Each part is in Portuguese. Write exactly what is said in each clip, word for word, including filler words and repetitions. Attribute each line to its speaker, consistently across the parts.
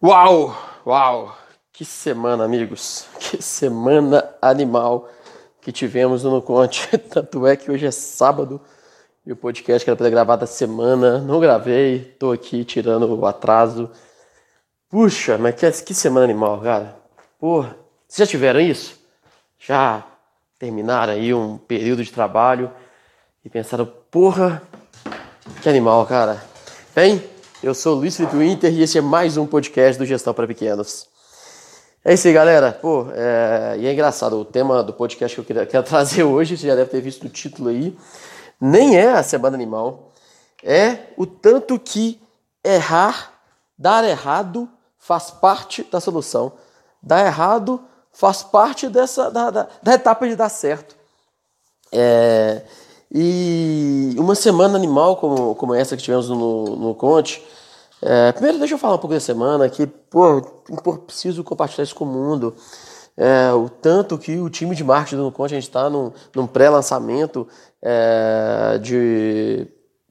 Speaker 1: Uau, uau, que semana, amigos, que semana animal que tivemos no No Conte. Tanto é que hoje é sábado e o podcast que era para ter gravado a semana, não gravei, tô aqui tirando o atraso. Puxa, mas que, que semana animal, cara. Porra, vocês já tiveram isso? Já terminaram aí um período de trabalho e pensaram, porra, que animal, cara. Bem, eu sou o Luiz Felipe Winter e esse é mais um podcast do Gestão para Pequenos. É isso aí, galera. Pô, é... E é engraçado, o tema do podcast que eu queria, quero trazer hoje, você já deve ter visto o título aí, nem é a semana animal, é o tanto que errar, dar errado, faz parte da solução. Dar errado faz parte dessa, da, da, da etapa de dar certo. É... E uma semana animal como, como essa que tivemos no, no Conte, é, primeiro deixa eu falar um pouco da semana, que pô, pô, preciso compartilhar isso com o mundo, é, o tanto que o time de marketing do No Conte, a gente está num, num pré-lançamento é, de...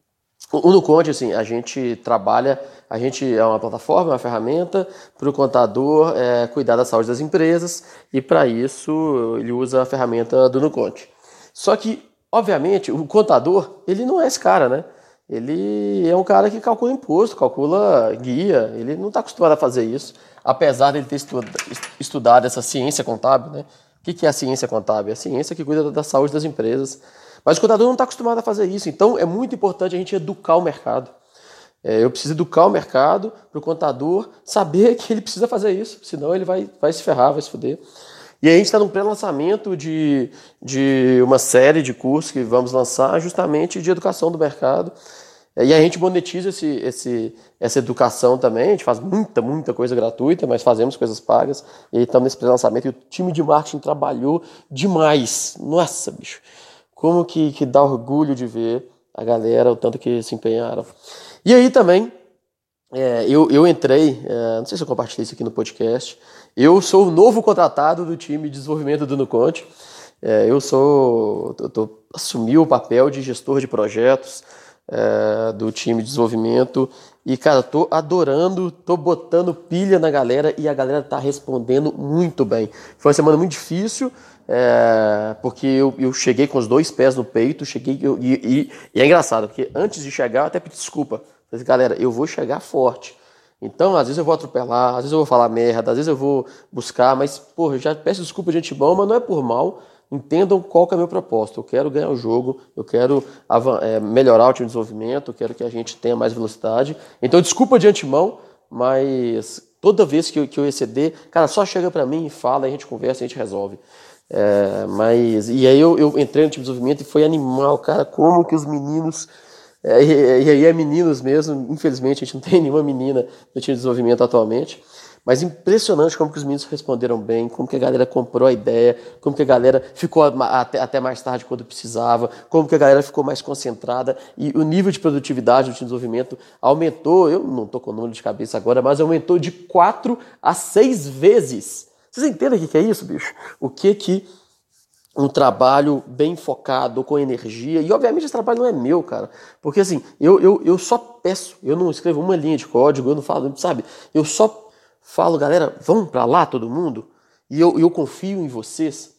Speaker 1: O No Conte, assim, a gente trabalha, a gente é uma plataforma, uma ferramenta para o contador é, cuidar da saúde das empresas e para isso ele usa a ferramenta do No Conte. Só que obviamente, o contador, ele não é esse cara, né? Ele é um cara que calcula imposto, calcula guia, ele não está acostumado a fazer isso, apesar de ele ter estudado essa ciência contábil, né? O que é a ciência contábil? É a ciência que cuida da saúde das empresas. Mas o contador não está acostumado a fazer isso, então é muito importante a gente educar o mercado. É, eu preciso educar o mercado para o contador saber que ele precisa fazer isso, senão ele vai, vai se ferrar, vai se fuder. E aí a gente está num pré-lançamento de, de uma série de cursos que vamos lançar justamente de educação do mercado. E a gente monetiza esse, esse, essa educação também, a gente faz muita, muita coisa gratuita, mas fazemos coisas pagas. E aí estamos nesse pré-lançamento e o time de marketing trabalhou demais. Nossa, bicho, como que, que dá orgulho de ver a galera, o tanto que se empenharam. E aí também, é, eu, eu entrei, é, não sei se eu compartilhei isso aqui no podcast, eu sou o novo contratado do time de desenvolvimento do No Conte. É, eu sou, eu tô, assumi o papel de gestor de projetos é, do time de desenvolvimento e, cara, tô adorando, tô botando pilha na galera e a galera tá respondendo muito bem. Foi uma semana muito difícil, é, porque eu, eu cheguei com os dois pés no peito, cheguei eu, e, e, e é engraçado, porque antes de chegar eu até pedi desculpa. Falei, galera, eu vou chegar forte. Então, às vezes eu vou atropelar, às vezes eu vou falar merda, às vezes eu vou buscar, mas, porra, eu já peço desculpa de antemão, mas não é por mal. Entendam qual que é o meu propósito. Eu quero ganhar o jogo, eu quero é, melhorar o time de desenvolvimento, eu quero que a gente tenha mais velocidade. Então, desculpa de antemão, mas toda vez que eu, que eu exceder, cara, só chega pra mim e fala, a gente conversa, a gente resolve. É, mas, e aí eu, eu entrei no time de desenvolvimento e foi animal, cara, como que os meninos... É, e, e aí é meninos mesmo, infelizmente a gente não tem nenhuma menina no time de desenvolvimento atualmente, mas impressionante como que os meninos responderam bem, como que a galera comprou a ideia, como que a galera ficou até, até mais tarde quando precisava, como que a galera ficou mais concentrada e o nível de produtividade do time de desenvolvimento aumentou, eu não estou com o número de cabeça agora, mas aumentou de quatro a seis vezes. Vocês entendem o que é isso, bicho? O que que um trabalho bem focado, com energia, e obviamente esse trabalho não é meu, cara, porque assim, eu, eu, eu só peço, eu não escrevo uma linha de código, eu não falo, sabe, eu só falo, galera, vamos pra lá todo mundo, e eu, eu confio em vocês,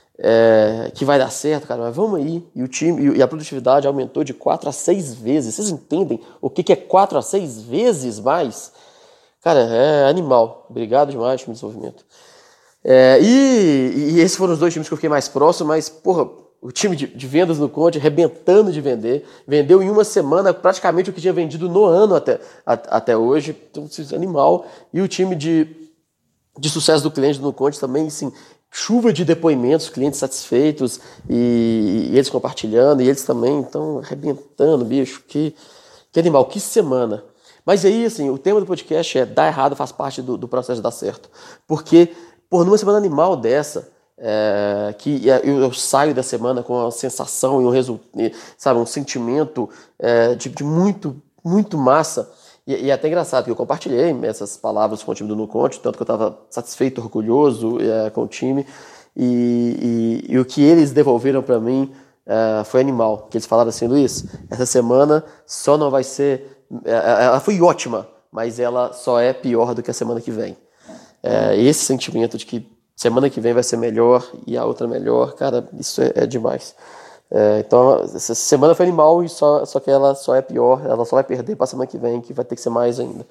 Speaker 1: é, que vai dar certo, cara, mas vamos aí, e o time, e a produtividade aumentou de quatro a seis vezes, vocês entendem o que, que é quatro a seis vezes mais? Cara, é animal, obrigado demais, time de desenvolvimento. É, e, e esses foram os dois times que eu fiquei mais próximo, mas, porra, o time de, de vendas no Conte, arrebentando de vender, vendeu em uma semana praticamente o que tinha vendido no ano até, a, até hoje, então, animal. E o time de, de sucesso do cliente no Conte também, assim, chuva de depoimentos, clientes satisfeitos e, e eles compartilhando, e eles também, então, arrebentando, bicho, que, que animal, que semana. Mas aí, assim, o tema do podcast é dar errado faz parte do, do processo de dar certo, porque... Por numa semana animal dessa, é, que eu, eu saio da semana com uma sensação e um resultado, sabe, um sentimento é, de, de muito, muito massa. E, e é até engraçado que eu compartilhei essas palavras com o time do No Conte, tanto que eu estava satisfeito, orgulhoso é, com o time. E, e, e o que eles devolveram para mim é, foi animal. Que eles falaram assim, Luiz, essa semana só não vai ser... Ela foi ótima, mas ela só é pior do que a semana que vem. É, esse sentimento de que semana que vem vai ser melhor e a outra melhor, cara, isso é, é demais. É, então, essa semana foi animal, e só, só que ela só é pior, ela só vai perder para a semana que vem, que vai ter que ser mais ainda.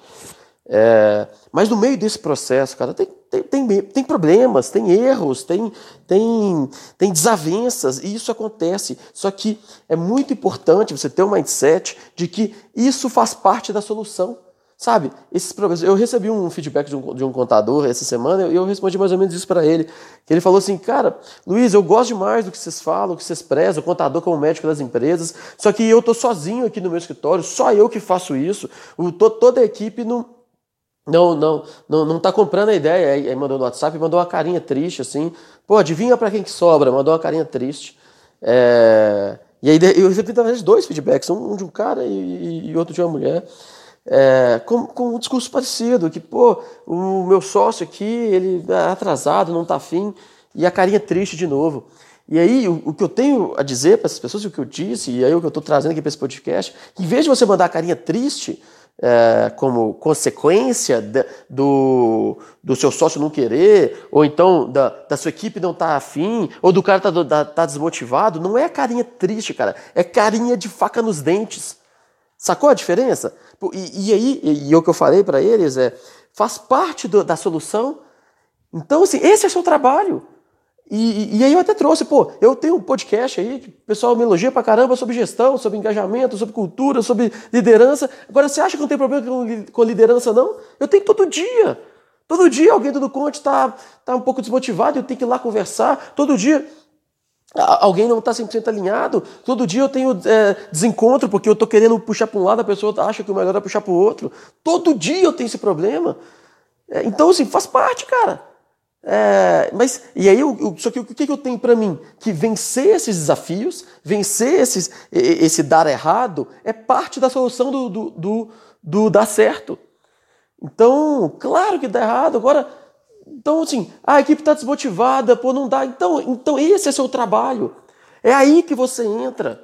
Speaker 1: É, mas no meio desse processo, cara, tem, tem, tem, tem problemas, tem erros, tem, tem, tem desavenças, e isso acontece. Só que é muito importante você ter um mindset de que isso faz parte da solução. Sabe, esses problemas. Eu recebi um feedback de um, de um contador essa semana e eu respondi mais ou menos isso para ele. Que ele falou assim, cara, Luiz, eu gosto demais do que vocês falam, do que vocês prezam, o contador como médico das empresas, só que eu tô sozinho aqui no meu escritório, só eu que faço isso, o, to, toda a equipe não, não, não, não, não tá comprando a ideia. Aí, aí mandou no WhatsApp, mandou uma carinha triste, assim, pô, adivinha para quem que sobra, mandou uma carinha triste. É... E aí eu recebi, na verdade, dois feedbacks, um de um cara e, e outro de uma mulher. É, com, com um discurso parecido, que, pô, o meu sócio aqui, ele é atrasado, não tá afim, e a carinha triste de novo. E aí, o, o que eu tenho a dizer para essas pessoas, o que eu disse, e aí o que eu estou trazendo aqui para esse podcast, em vez de você mandar a carinha triste, é, como consequência de, do, do seu sócio não querer, ou então da, da sua equipe não tá afim, ou do cara tá, tá, tá desmotivado, não é carinha triste, cara, é carinha de faca nos dentes. Sacou a diferença? E, e aí, e, e o que eu falei para eles é, faz parte do, da solução. Então, assim, esse é o seu trabalho. E, e aí eu até trouxe, pô, eu tenho um podcast aí, que o pessoal me elogia pra caramba sobre gestão, sobre engajamento, sobre cultura, sobre liderança. Agora, você acha que não tem problema com, com liderança, não? Eu tenho todo dia. Todo dia alguém do Nuconte tá, tá um pouco desmotivado, eu tenho que ir lá conversar. Todo dia alguém não está cem por cento alinhado. Todo dia eu tenho é, desencontro porque eu estou querendo puxar para um lado, a pessoa acha que o melhor é puxar para o outro. Todo dia eu tenho esse problema. É, então, assim, faz parte, cara. É, mas, e aí, eu, eu, só que o que, que eu tenho para mim? Que vencer esses desafios, vencer esses, esse dar errado, é parte da solução do, do, do, do dar certo. Então, claro que dá errado. Agora... Então, assim, a equipe está desmotivada, pô, não dá. Então, então, esse é seu trabalho. É aí que você entra.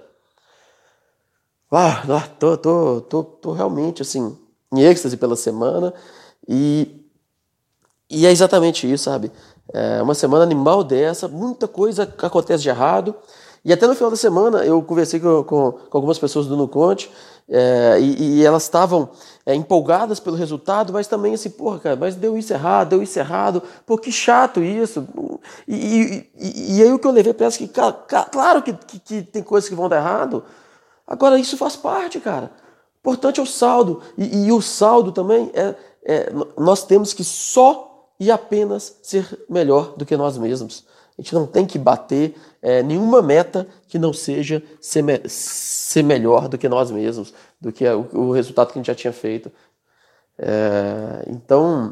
Speaker 1: Ah, tô, tô, tô, tô realmente, assim, em êxtase pela semana. E, e é exatamente isso, sabe? É uma semana animal dessa, muita coisa acontece de errado. E até no final da semana eu conversei com, com, com algumas pessoas do Nuconte, é, e, e elas estavam é, empolgadas pelo resultado, mas também assim, porra, cara, mas deu isso errado, deu isso errado, pô, que chato isso. E, e, e, e aí o que eu levei para elas que, cara, claro que, que, que tem coisas que vão dar errado, agora isso faz parte, cara. O importante é o saldo, e, e o saldo também, é, é nós temos que só e apenas ser melhor do que nós mesmos. A gente não tem que bater é, nenhuma meta que não seja ser, me ser melhor do que nós mesmos, do que o, o resultado que a gente já tinha feito. É, então,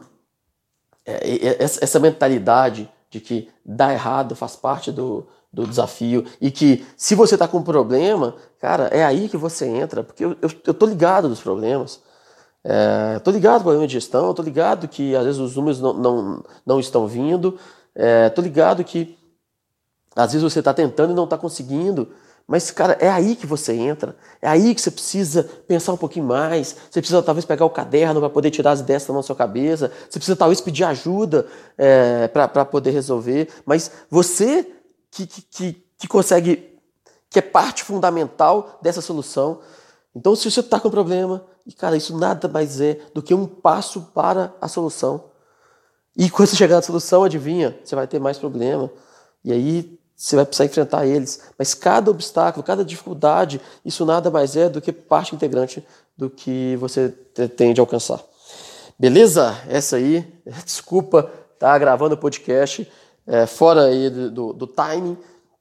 Speaker 1: é, essa mentalidade de que dar errado faz parte do, do desafio e que se você está com um problema, cara, é aí que você entra, porque eu, eu, eu tô ligado dos problemas. É, tô ligado com o problema de gestão, tô ligado que às vezes os números não, não, não estão vindo, é, tô ligado que às vezes você está tentando e não está conseguindo, mas, cara, é aí que você entra, é aí que você precisa pensar um pouquinho mais, você precisa talvez pegar o caderno para poder tirar as ideias que estão na sua cabeça, você precisa talvez pedir ajuda é, para poder resolver, mas você que, que, que, que consegue, que é parte fundamental dessa solução. Então, se você está com um problema, e, cara, isso nada mais é do que um passo para a solução. E quando você chegar na solução, adivinha, você vai ter mais problema. E aí você vai precisar enfrentar eles. Mas cada obstáculo, cada dificuldade, isso nada mais é do que parte integrante do que você tem de alcançar. Beleza? Essa aí, desculpa, tá gravando o podcast é, fora aí do, do, do timing.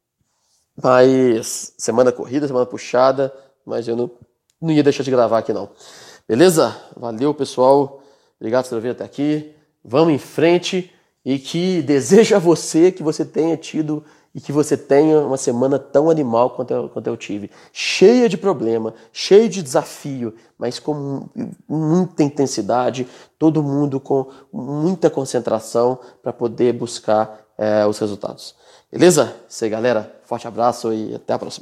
Speaker 1: Mas semana corrida, semana puxada, mas eu não, não ia deixar de gravar aqui não. Beleza? Valeu, pessoal. Obrigado por ter vindo até aqui. Vamos em frente e que desejo a você que você tenha tido e que você tenha uma semana tão animal quanto eu, quanto eu tive. Cheia de problema, cheia de desafio, mas com muita intensidade, todo mundo com muita concentração para poder buscar é, os resultados. Beleza? Isso aí, galera. Forte abraço e até a próxima.